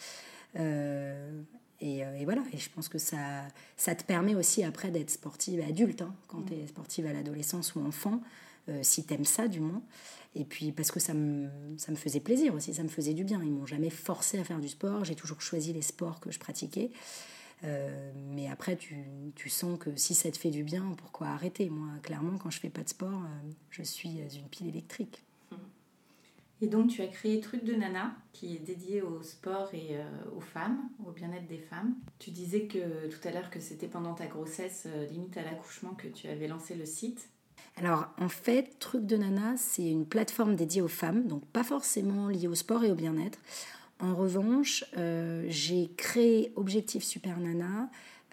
Et voilà. Et je pense que ça te permet aussi après d'être sportive adulte, hein, quand tu es sportive à l'adolescence ou enfant, si tu aimes ça, du moins. Et puis, parce que ça me faisait plaisir aussi, ça me faisait du bien. Ils m'ont jamais forcé à faire du sport. J'ai toujours choisi les sports que je pratiquais. Mais après, tu sens que si ça te fait du bien, pourquoi arrêter ? Moi, clairement, quand je fais pas de sport, je suis une pile électrique. Et donc, tu as créé Truc de Nana, qui est dédié au sport et aux femmes, au bien-être des femmes. Tu disais tout à l'heure que c'était pendant ta grossesse, limite à l'accouchement, que tu avais lancé le site. Alors, en fait, Truc de Nana, c'est une plateforme dédiée aux femmes, donc pas forcément liée au sport et au bien-être. En revanche, j'ai créé Objectif Super Nana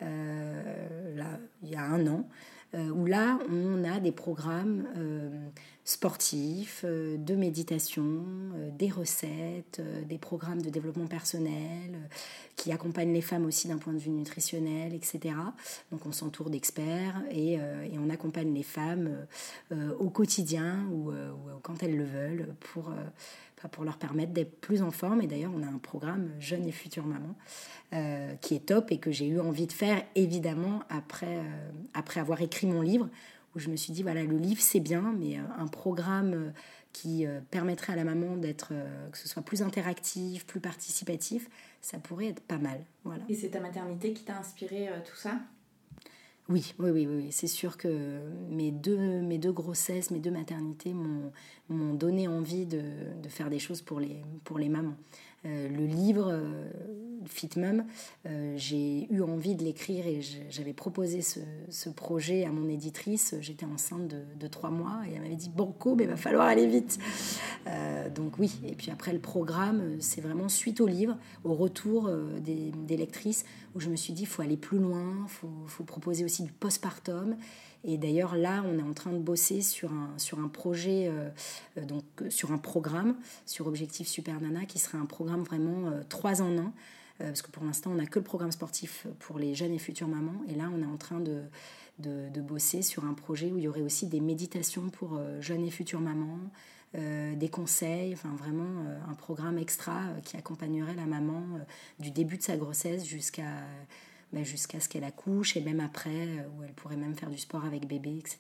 là, il y a 1 an, où là, on a des programmes sportifs, de méditation, des recettes, des programmes de développement personnel qui accompagnent les femmes aussi d'un point de vue nutritionnel, etc. Donc on s'entoure d'experts et on accompagne les femmes au quotidien ou quand elles le veulent pour leur permettre d'être plus en forme. Et d'ailleurs, on a un programme Jeunes et Futures Mamans qui est top et que j'ai eu envie de faire, évidemment, après avoir écrit mon livre, où je me suis dit, voilà, le livre, c'est bien, mais un programme qui permettrait à la maman que ce soit plus interactif, plus participatif, ça pourrait être pas mal. Voilà. Et c'est ta maternité qui t'a inspiré tout ça ? Oui. C'est sûr que mes deux grossesses, mes 2 maternités m'ont donné envie de faire des choses pour les mamans. Le livre Fit Mum, j'ai eu envie de l'écrire et j'avais proposé ce projet à mon éditrice. J'étais enceinte de 3 mois et elle m'avait dit banco, mais il va falloir aller vite. Donc oui, et puis après le programme, c'est vraiment suite au livre, au retour des lectrices, où je me suis dit il faut aller plus loin, faut proposer aussi du postpartum. Et d'ailleurs, là, on est en train de bosser sur un projet, donc sur un programme, sur Objectif Super Nana, qui serait un programme vraiment 3 en 1. Parce que pour l'instant, on n'a que le programme sportif pour les jeunes et futures mamans. Et là, on est en train de bosser sur un projet où il y aurait aussi des méditations pour jeunes et futures mamans, des conseils, enfin vraiment un programme extra qui accompagnerait la maman du début de sa grossesse jusqu'à ce qu'elle accouche et même après, où elle pourrait même faire du sport avec bébé, etc.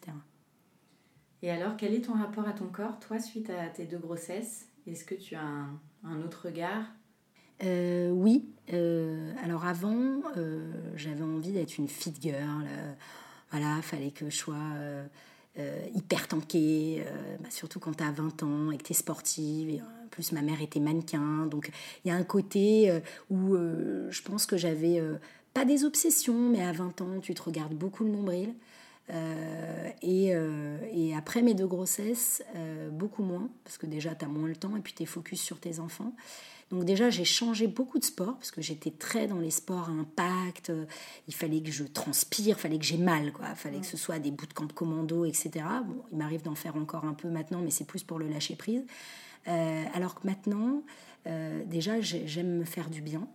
Et alors, quel est ton rapport à ton corps, toi, suite à tes 2 grossesses ? Est-ce que tu as un autre regard ? Oui. Alors avant, j'avais envie d'être une fit girl. Voilà, fallait que je sois hyper tankée, surtout quand tu as 20 ans et que tu es sportive. Et, en plus, ma mère était mannequin. Donc, il y a un côté où je pense que j'avais... pas des obsessions, mais à 20 ans, tu te regardes beaucoup le nombril. Et après mes 2 grossesses, beaucoup moins, parce que déjà tu as moins le temps et puis tu es focus sur tes enfants. Donc déjà j'ai changé beaucoup de sports, parce que j'étais très dans les sports à impact, il fallait que je transpire, il fallait que j'ai mal, quoi. Il fallait que ce soit des bootcamps commando, etc. Bon, il m'arrive d'en faire encore un peu maintenant, mais c'est plus pour le lâcher prise. Alors que maintenant, déjà j'aime me faire du bien,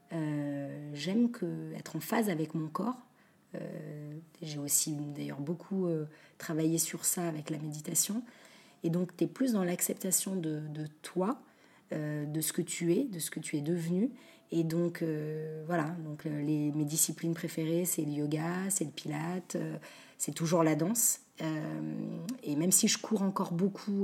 j'aime être en phase avec mon corps. J'ai aussi d'ailleurs beaucoup travaillé sur ça avec la méditation. Et donc tu es plus dans l'acceptation de toi, de ce que tu es, de ce que tu es devenu. Et donc voilà, donc mes disciplines préférées, c'est le yoga, c'est le pilate, c'est toujours la danse. Et même si je cours encore beaucoup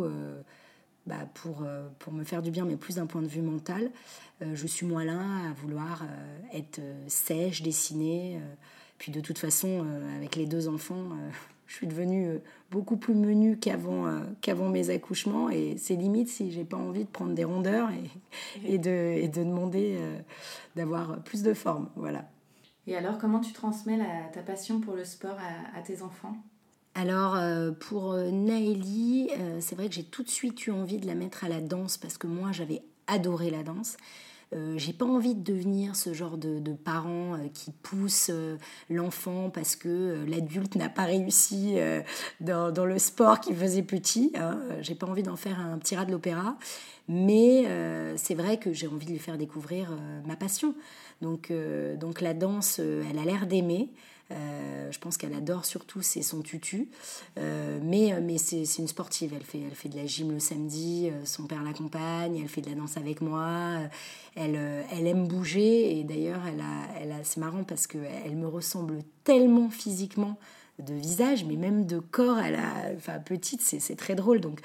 pour me faire du bien, mais plus d'un point de vue mental, je suis moins là à vouloir être sèche, dessinée. Puis de toute façon, avec les 2 enfants, je suis devenue beaucoup plus menue qu'avant mes accouchements. Et c'est limite si j'ai pas envie de prendre des rondeurs et de demander d'avoir plus de forme. Voilà. Et alors, comment tu transmets ta passion pour le sport à tes enfants ? Alors, pour Naëlie, c'est vrai que j'ai tout de suite eu envie de la mettre à la danse, parce que moi, j'avais adoré la danse. J'ai pas envie de devenir ce genre de parent qui pousse l'enfant parce que l'adulte n'a pas réussi dans le sport qu'il faisait petit. Hein. J'ai pas envie d'en faire un petit rat de l'opéra, mais c'est vrai que j'ai envie de lui faire découvrir ma passion. Donc la danse, elle a l'air d'aimer. Je pense qu'elle adore surtout son tutu, mais c'est une sportive. Elle fait de la gym le samedi, son père l'accompagne, elle fait de la danse avec moi, elle aime bouger. Et d'ailleurs c'est marrant parce qu'elle me ressemble tellement physiquement, de visage, mais même de corps. Petite, c'est très drôle. Donc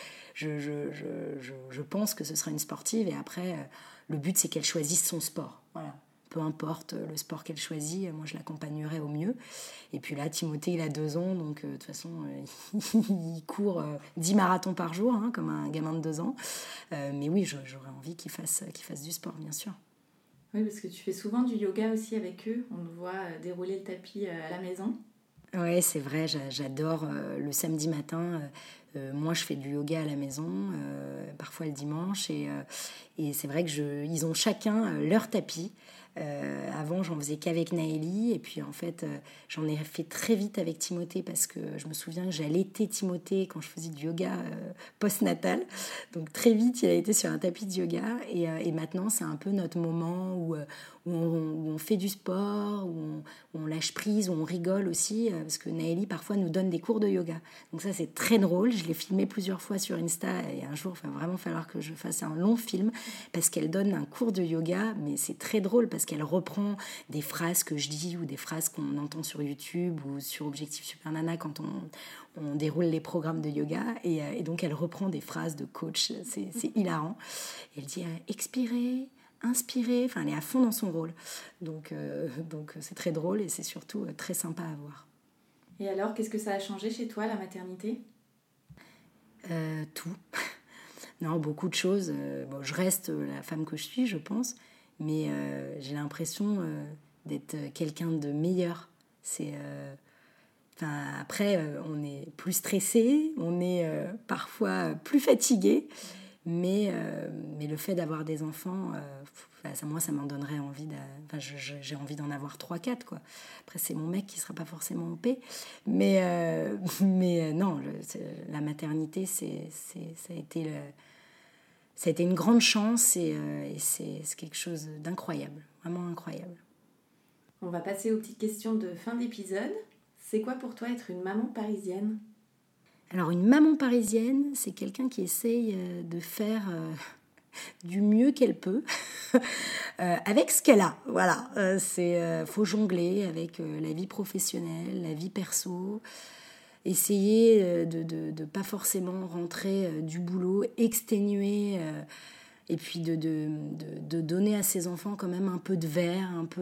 je pense que ce sera une sportive. Et après, le but, c'est qu'elle choisisse son sport. Voilà. Peu importe le sport qu'elle choisit, moi je l'accompagnerai au mieux. Et puis là, Timothée, il a 2 ans, donc de toute façon, il court 10 marathons par jour, hein, comme un gamin de 2 ans. Mais oui, j'aurais envie qu'il fasse du sport, bien sûr. Oui, parce que tu fais souvent du yoga aussi avec eux. On te voit dérouler le tapis à la maison. Oui, c'est vrai, j'adore le samedi matin. Moi, je fais du yoga à la maison, parfois le dimanche. Et c'est vrai qu'ils ont chacun leur tapis. Avant, j'en faisais qu'avec Naëlie. Et puis, en fait, j'en ai fait très vite avec Timothée, parce que je me souviens que j'allaitais Timothée quand je faisais du yoga post-natal. Donc, très vite, il a été sur un tapis de yoga. Et maintenant, c'est un peu notre moment où on fait du sport, où on lâche prise, où on rigole aussi, parce que Naëlie parfois nous donne des cours de yoga. Donc ça, c'est très drôle. Je l'ai filmé plusieurs fois sur Insta, et un jour, il va vraiment falloir que je fasse un long film, parce qu'elle donne un cours de yoga, mais c'est très drôle parce qu'elle reprend des phrases que je dis ou des phrases qu'on entend sur YouTube ou sur Objectif Super Nana quand on déroule les programmes de yoga, et donc elle reprend des phrases de coach. C'est hilarant. Et elle dit expirez, inspirer, enfin elle est à fond dans son rôle. Donc c'est très drôle, et c'est surtout très sympa à voir. Et alors, qu'est-ce que ça a changé chez toi, la maternité ? Tout. Non, beaucoup de choses. Je reste la femme que je suis, je pense, mais j'ai l'impression d'être quelqu'un de meilleur. Après, on est plus stressé, on est parfois plus fatigué, mais le fait d'avoir des enfants, moi, ça m'en donnerait envie. J'ai envie d'en avoir 3-4, quoi. Après, c'est mon mec qui ne sera pas forcément en paix. Mais non, la maternité, ça a été une grande chance, et c'est quelque chose d'incroyable, vraiment incroyable. On va passer aux petites questions de fin d'épisode. C'est quoi pour toi être une maman parisienne ? Alors, une maman parisienne, c'est quelqu'un qui essaye de faire du mieux qu'elle peut avec ce qu'elle a. Voilà, faut jongler avec la vie professionnelle, la vie perso, essayer de pas forcément rentrer du boulot exténué, et puis de donner à ses enfants quand même un peu de verre, un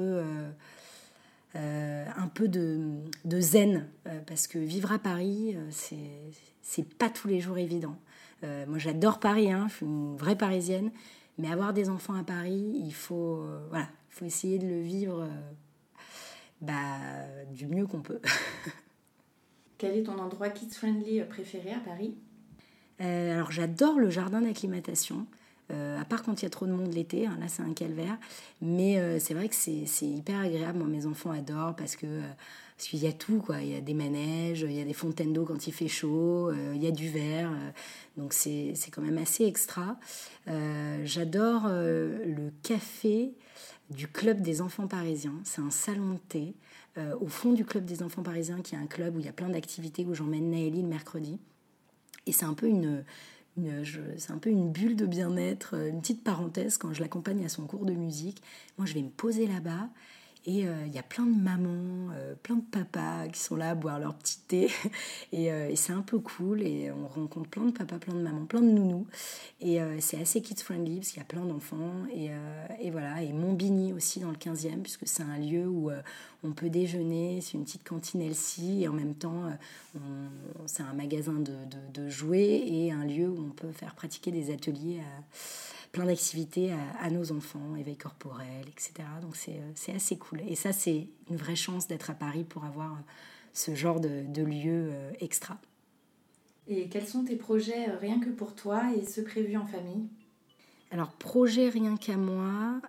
peu de zen, parce que vivre à Paris, c'est pas tous les jours évident. Moi, j'adore Paris, je suis une vraie Parisienne, mais avoir des enfants à Paris, il faut essayer de le vivre du mieux qu'on peut. Quel est ton endroit kids-friendly préféré à Paris ? Alors j'adore le jardin d'acclimatation, à part quand il y a trop de monde l'été, là c'est un calvaire, mais c'est vrai que c'est hyper agréable. Moi mes enfants adorent parce qu'il y a tout, quoi. Il y a des manèges, il y a des fontaines d'eau quand il fait chaud, il y a du verre, donc c'est quand même assez extra. J'adore le café du Club des enfants parisiens, c'est un salon de thé au fond du Club des enfants parisiens, qui est un club où il y a plein d'activités, où j'emmène Naëlie le mercredi. Et c'est un peu c'est un peu une bulle de bien-être, une petite parenthèse quand je l'accompagne à son cours de musique. Moi, je vais me poser là-bas et il y a plein de mamans, plein de papas qui sont là à boire leur petit thé. Et c'est un peu cool et on rencontre plein de papas, plein de mamans, plein de nounous. Et c'est assez kids-friendly parce qu'il y a plein d'enfants. Et voilà. Et Montbigny aussi dans le 15e, puisque c'est un lieu où on peut déjeuner. C'est une petite cantine Elsie et en même temps, c'est un magasin de jouets et un lieu où on peut faire pratiquer des ateliers plein d'activités à nos enfants, éveil corporel, etc. Donc c'est assez cool. Et ça, c'est une vraie chance d'être à Paris pour avoir ce genre de lieu extra. Et quels sont tes projets rien que pour toi et ceux prévus en famille ? Alors, projet rien qu'à moi,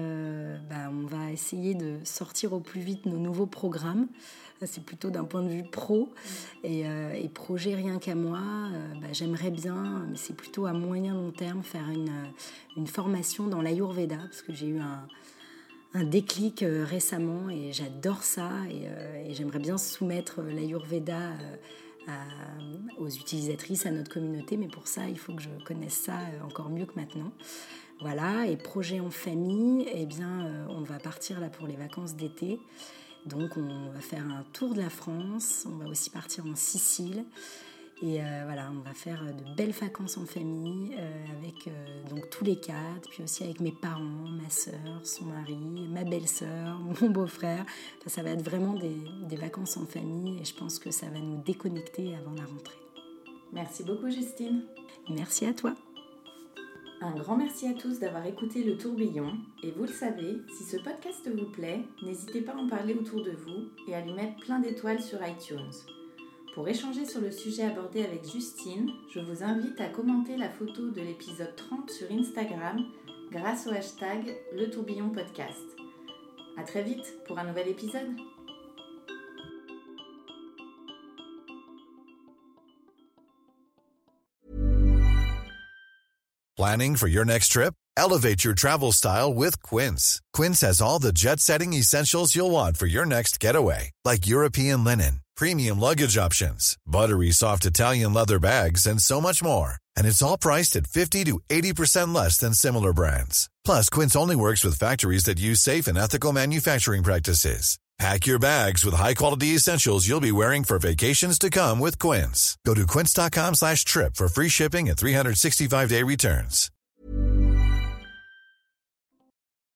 on va essayer de sortir au plus vite nos nouveaux programmes. C'est plutôt d'un point de vue pro. Et projet rien qu'à moi, j'aimerais bien, mais c'est plutôt à moyen long terme, faire une formation dans l'Ayurveda, parce que j'ai eu un déclic récemment et j'adore ça. Et j'aimerais bien soumettre l'Ayurveda aux utilisatrices, à notre communauté, mais pour ça, il faut que je connaisse ça encore mieux que maintenant. Voilà, et projet en famille, on va partir là pour les vacances d'été. Donc on va faire un tour de la France, on va aussi partir en Sicile. Et on va faire de belles vacances en famille avec donc tous les quatre, puis aussi avec mes parents, ma sœur, son mari, ma belle-sœur, mon beau-frère. Enfin, ça va être vraiment des vacances en famille et je pense que ça va nous déconnecter avant la rentrée. Merci beaucoup Justine. Merci à toi. Un grand merci à tous d'avoir écouté Le Tourbillon. Et vous le savez, si ce podcast vous plaît, n'hésitez pas à en parler autour de vous et à lui mettre plein d'étoiles sur iTunes. Pour échanger sur le sujet abordé avec Justine, je vous invite à commenter la photo de l'épisode 30 sur Instagram grâce au hashtag Le Tourbillon Podcast. À très vite pour un nouvel épisode. Planning for your next trip? Elevate your travel style with Quince. Quince has all the jet-setting essentials you'll want for your next getaway, like European linen, premium luggage options, buttery soft Italian leather bags, and so much more. And it's all priced at 50 to 80% less than similar brands. Plus, Quince only works with factories that use safe and ethical manufacturing practices. Pack your bags with high-quality essentials you'll be wearing for vacations to come with Quince. Go to quince.com/trip for free shipping and 365-day returns.